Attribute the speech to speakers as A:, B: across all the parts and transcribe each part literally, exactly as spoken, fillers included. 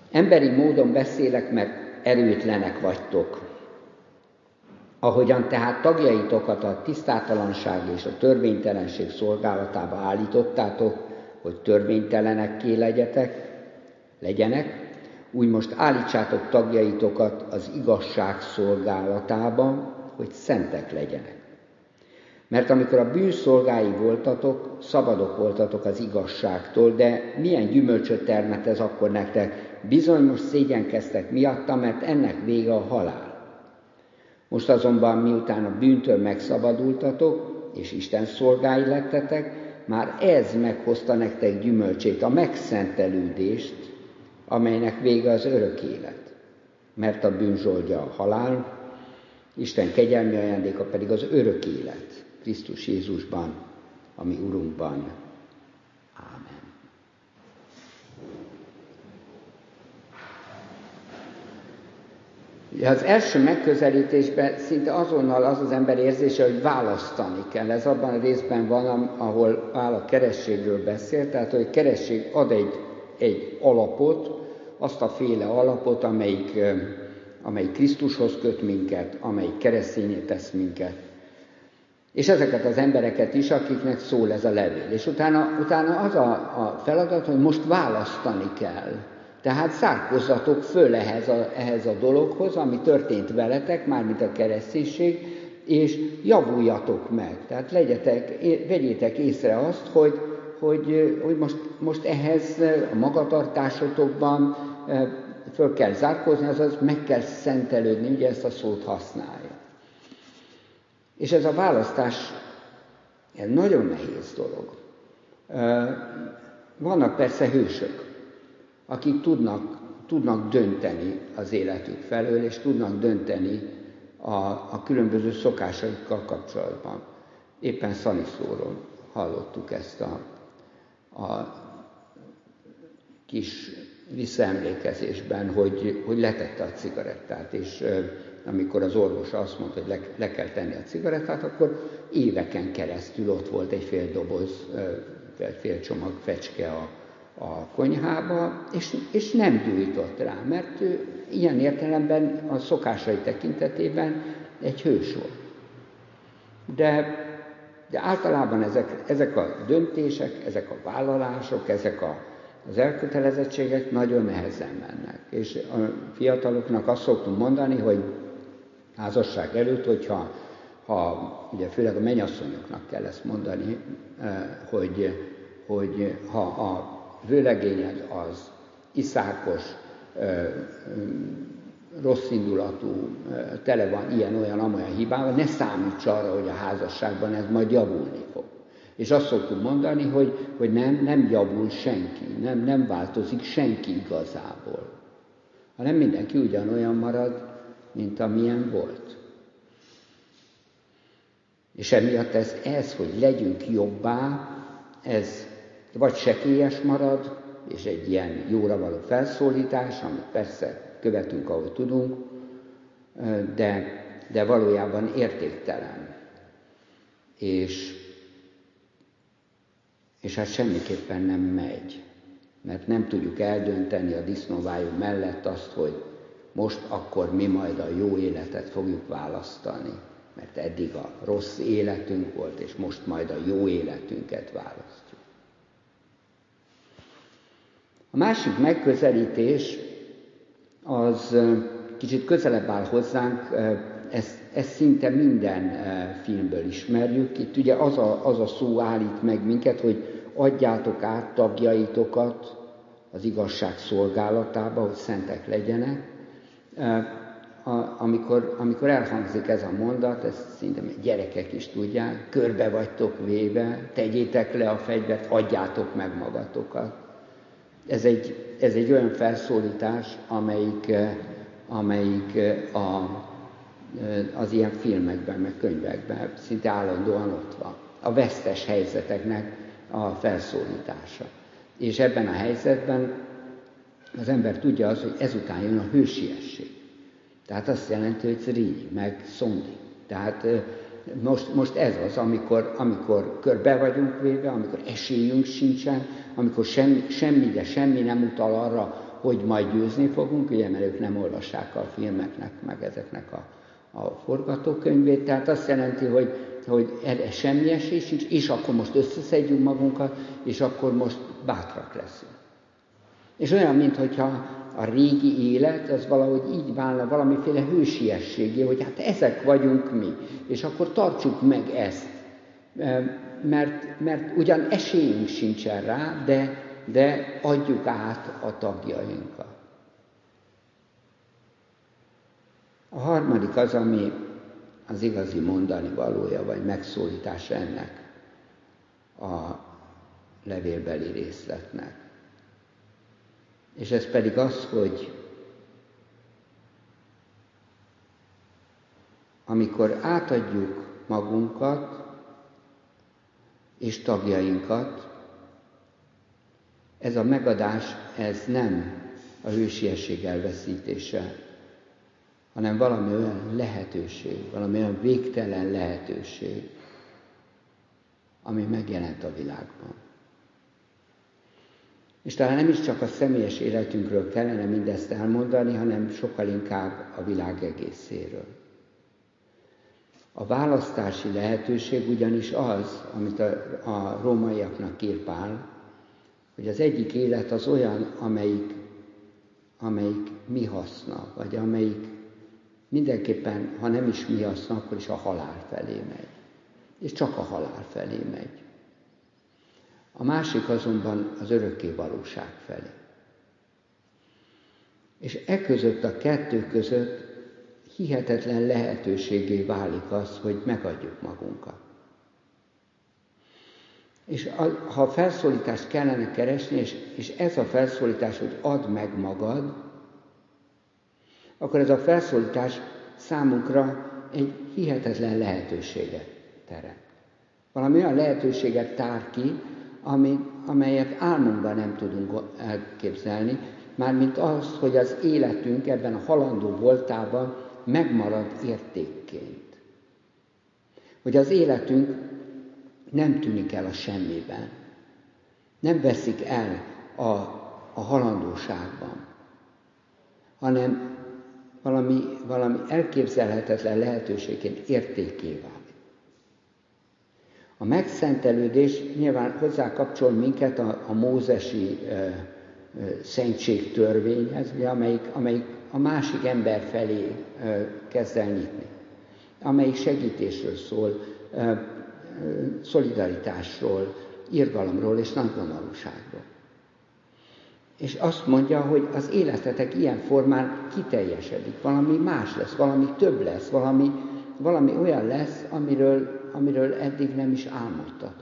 A: Emberi módon beszélek, mert erőtlenek vagytok. Ahogyan tehát tagjaitokat a tisztátalanság és a törvénytelenség szolgálatába állítottátok, hogy törvénytelenekké legyetek, legyenek, úgy most állítsátok tagjaitokat az igazság szolgálatába, hogy szentek legyenek. Mert amikor a bűn szolgái voltatok, szabadok voltatok az igazságtól, de milyen gyümölcsöt termett ez akkor nektek? Bizony most szégyenkeztek miatta, mert ennek vége a halál. Most azonban, miután a bűntől megszabadultatok, és Isten szolgái lettetek, már ez meghozta nektek gyümölcsét, a megszentelődést, amelynek vége az örök élet. Mert a bűn zsoldja a halál, Isten kegyelmi ajándéka pedig az örök élet, Krisztus Jézusban, a mi Urunkban. Ámen. Az első megközelítésben szinte azonnal az az ember érzése, hogy választani kell. Ez abban a részben van, ahol Pál a kerességről beszél, tehát hogy a keresség ad egy, egy alapot, azt a féle alapot, amelyik, amelyik Krisztushoz köt minket, amelyik keresztényé tesz minket. És ezeket az embereket is, akiknek szól ez a levél. És utána, utána az a, a feladat, hogy most választani kell. Tehát zárkozzatok föl ehhez a, ehhez a dologhoz, ami történt veletek, mármint a kereszténység, és javuljatok meg. Tehát legyetek, vegyétek észre azt, hogy, hogy, hogy most, most ehhez a magatartásotokban föl kell zárkózni, azaz meg kell szentelődni, ugye ezt a szót használja. És ez a választás ez nagyon nehéz dolog. Vannak persze hősök, akik tudnak, tudnak dönteni az életük felől, és tudnak dönteni a, a különböző szokásaikkal kapcsolatban. Éppen Szaniszlóról hallottuk ezt a, a kis visszaemlékezésben, hogy, hogy letette a cigarettát, és amikor az orvos azt mondta, hogy le, le kell tenni a cigarettát, akkor éveken keresztül ott volt egy fél doboz, fél csomag fecske a, a konyhába, és, és nem gyújtott rá, mert ő ilyen értelemben a szokásai tekintetében egy hős volt. De, de általában ezek, ezek a döntések, ezek a vállalások, ezek a, az elkötelezettségek nagyon nehezen mennek. És a fiataloknak azt szoktunk mondani, hogy házasság előtt, hogyha ha, ugye főleg a mennyasszonyoknak kell ezt mondani, hogy, hogy ha a vőlegényed az iszákos, rosszindulatú, tele van ilyen-olyan, amolyan hibával, ne számíts arra, hogy a házasságban ez majd javulni fog. És azt szoktuk mondani, hogy, hogy nem, nem javul senki, nem, nem változik senki igazából, hanem mindenki ugyanolyan marad, mint amilyen volt. És emiatt ez, ez, hogy legyünk jobbá, ez vagy sekélyes marad, és egy ilyen jóra való felszólítás, amit persze követünk, ahogy tudunk, de, de valójában értéktelen. És, és hát semmiképpen nem megy, mert nem tudjuk eldönteni a disznóvájú mellett azt, hogy most akkor mi majd a jó életet fogjuk választani, mert eddig a rossz életünk volt, és most majd a jó életünket választjuk. A másik megközelítés az kicsit közelebb áll hozzánk, ezt, ezt szinte minden filmből ismerjük. Itt ugye az a, az a szó állít meg minket, hogy adjátok át tagjaitokat az igazság szolgálatába, hogy szentek legyenek. Amikor, amikor elhangzik ez a mondat, ezt szinte gyerekek is tudják, körbe vagytok véve, tegyétek le a fegyvert, adjátok meg magatokat. Ez egy, ez egy olyan felszólítás, amelyik, amelyik a, az ilyen filmekben, meg könyvekben szinte állandóan ott van. A vesztes helyzeteknek a felszólítása. És ebben a helyzetben az ember tudja azt, hogy ezután jön a hősiesség. Tehát azt jelenti, hogy Zrínyi, meg Szondi. Tehát most, most ez az, amikor, amikor körbe vagyunk véve, amikor esélyünk sincsen, amikor semmi, semmi, de semmi nem utal arra, hogy majd győzni fogunk, ugye, mert ők nem olvassák a filmeknek, meg ezeknek a, a forgatókönyvét. Tehát azt jelenti, hogy, hogy erre semmi esély sincs, és akkor most összeszedjünk magunkat, és akkor most bátrak leszünk. És olyan, mintha a régi élet, az valahogy így válna valamiféle hősiességé, hogy hát ezek vagyunk mi, és akkor tartsuk meg ezt. Mert, mert ugyan esélyünk sincsen rá, de, de adjuk át a tagjainkat. A harmadik az, ami az igazi mondani valója, vagy megszólítás ennek a levélbeli részletnek. És ez pedig az, hogy amikor átadjuk magunkat és tagjainkat, ez a megadás, ez nem a hősiesség elveszítése, hanem valami olyan lehetőség, valami olyan végtelen lehetőség, ami megjelent a világban. És talán nem is csak a személyes életünkről kellene mindezt elmondani, hanem sokkal inkább a világ egészéről. A választási lehetőség ugyanis az, amit a, a rómaiaknak ír Pál, hogy az egyik élet az olyan, amelyik, amelyik mi haszna, vagy amelyik mindenképpen, ha nem is mi haszna, akkor is a halál felé megy. És csak a halál felé megy. A másik azonban az örökké valóság felé. És e között, a kettő között hihetetlen lehetőségé válik az, hogy megadjuk magunkat. És a, ha a felszólítást kellene keresni, és, és ez a felszólítás, hogy add meg magad, akkor ez a felszólítás számunkra egy hihetetlen lehetőséget teremt. Valami olyan lehetőséget tár ki, ami, amelyet álmunkban nem tudunk elképzelni, mármint az, hogy az életünk ebben a halandó voltában megmarad értékként. Hogy az életünk nem tűnik el a semmiben, nem veszik el a, a halandóságban, hanem valami, valami elképzelhetetlen lehetőségként értékké válik. A megszentelődés nyilván hozzá kapcsol minket a, a mózesi ö, ö, szentségtörvényhez, ugye, amelyik, amelyik a másik ember felé ö, kezd el nyitni, amelyik segítésről szól, ö, ö, szolidaritásról, irgalomról és nagyvonalúságról. És azt mondja, hogy az életetek ilyen formán kiteljesedik, valami más lesz, valami több lesz, valami, valami olyan lesz, amiről amiről eddig nem is álmodtatok.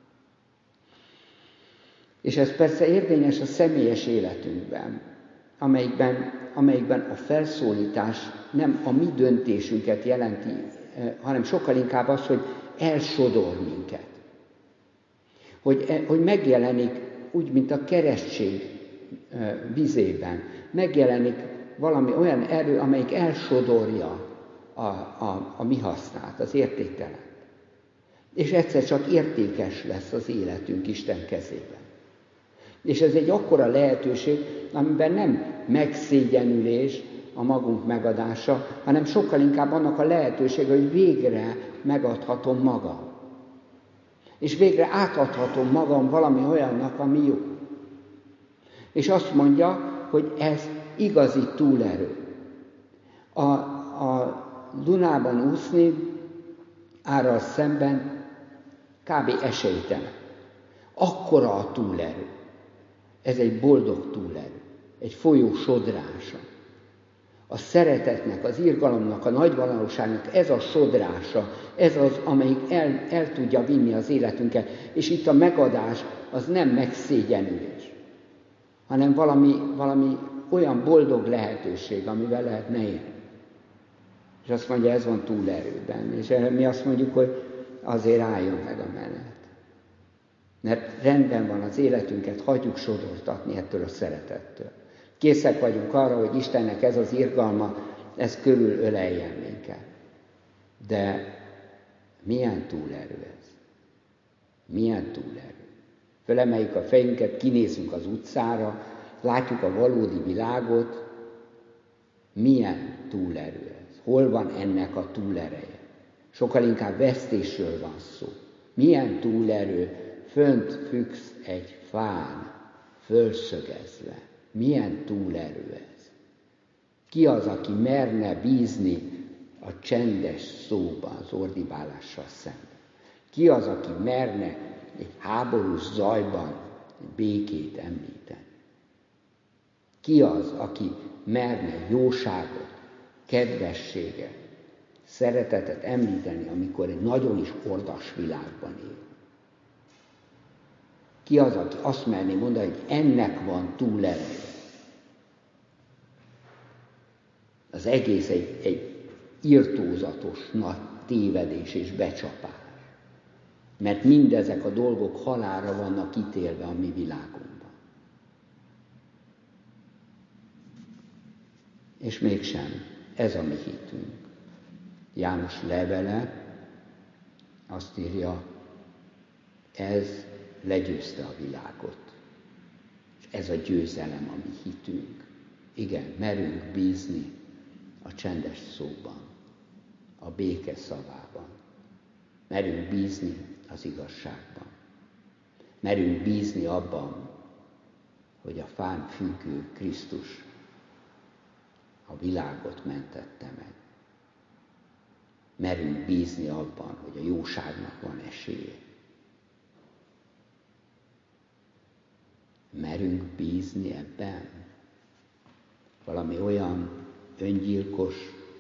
A: És ez persze érvényes a személyes életünkben, amelyikben, amelyikben a felszólítás nem a mi döntésünket jelenti, hanem sokkal inkább az, hogy elsodor minket. Hogy, hogy megjelenik úgy, mint a keresztség vizében, megjelenik valami olyan erő, amelyik elsodorja a, a, a mi hasznát, az értéktelen. És egyszer csak értékes lesz az életünk Isten kezében. És ez egy akkora lehetőség, amiben nem megszégyenülés a magunk megadása, hanem sokkal inkább annak a lehetősége, hogy végre megadhatom magam. És végre átadhatom magam valami olyannak, ami jó. És azt mondja, hogy ez igazi túlerő. A, a Dunában úszni árral szemben kb. Esélytelen. Akkora a túlerő. Ez egy boldog túlerő. Egy folyó sodrása. A szeretetnek, az irgalomnak, a nagyvonalúságnak ez a sodrása, ez az, amelyik el, el tudja vinni az életünket. És itt a megadás az nem megszégyenülés, hanem valami, valami olyan boldog lehetőség, amivel lehetne élni. És azt mondja, ez van túlerőben. És mi azt mondjuk, hogy azért álljon meg a menet. Mert rendben van az életünket, hagyjuk sodortatni ettől a szeretettől. Készek vagyunk arra, hogy Istennek ez az irgalma, ez körül öleljen minket. De milyen túlerő ez? Milyen túlerő? Fölemeljük a fejünket, kinézünk az utcára, látjuk a valódi világot, milyen túlerő ez? Hol van ennek a túlereje? Sokkal inkább vesztésről van szó. Milyen túlerő? Fönt függsz egy fán, fölszögezve. Milyen túlerő ez? Ki az, aki merne bízni a csendes szóban, az ordibálással szemben? Ki az, aki merne egy háborús zajban békét említeni? Ki az, aki merne jóságot, kedvességet, szeretetet említeni, amikor egy nagyon is ordas világban él? Ki az, aki azt merné mondani, hogy ennek van túlereje? Az egész egy, egy irtózatos nagy tévedés és becsapás. Mert mindezek a dolgok halálra vannak ítélve a mi világunkban. És mégsem, ez a mi hitünk. János levele azt írja, ez legyőzte a világot. És ez a győzelem, a mi hitünk. Igen, merünk bízni a csendes szóban, a béke szavában. Merünk bízni az igazságban. Merünk bízni abban, hogy a fán függő Krisztus a világot mentette meg. Merünk bízni abban, hogy a jóságnak van esélye. Merünk bízni ebben. Valami olyan öngyilkos,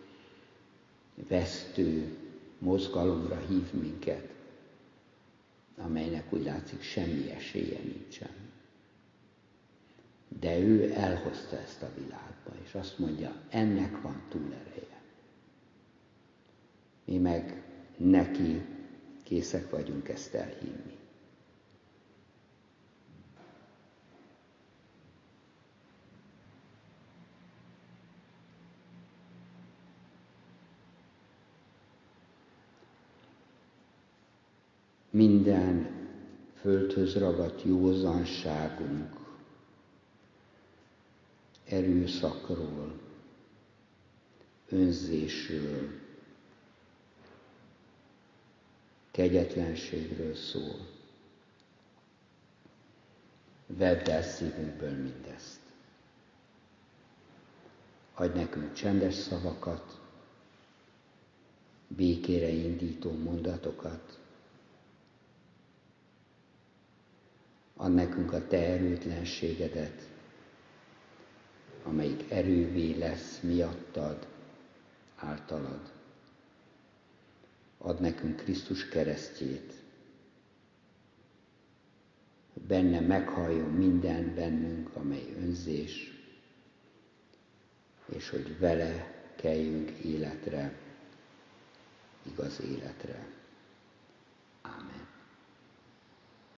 A: vesztő mozgalomra hív minket, amelynek úgy látszik semmi esélye nincsen. De ő elhozta ezt a világba, és azt mondja, ennek van túlereje. Mi meg neki készek vagyunk ezt elhinni. Minden földhöz ragadt józanságunk, erőszakról, önzésről, kegyetlenségről szól. Vedd el szívünkből mindezt. Adj nekünk csendes szavakat, békére indító mondatokat. Add nekünk a te erőtlenségedet, amelyik erővé lesz miattad, általad. Add nekünk Krisztus keresztjét, hogy benne meghalljon minden bennünk, amely önzés, és hogy vele keljünk életre, igaz életre. Ámen.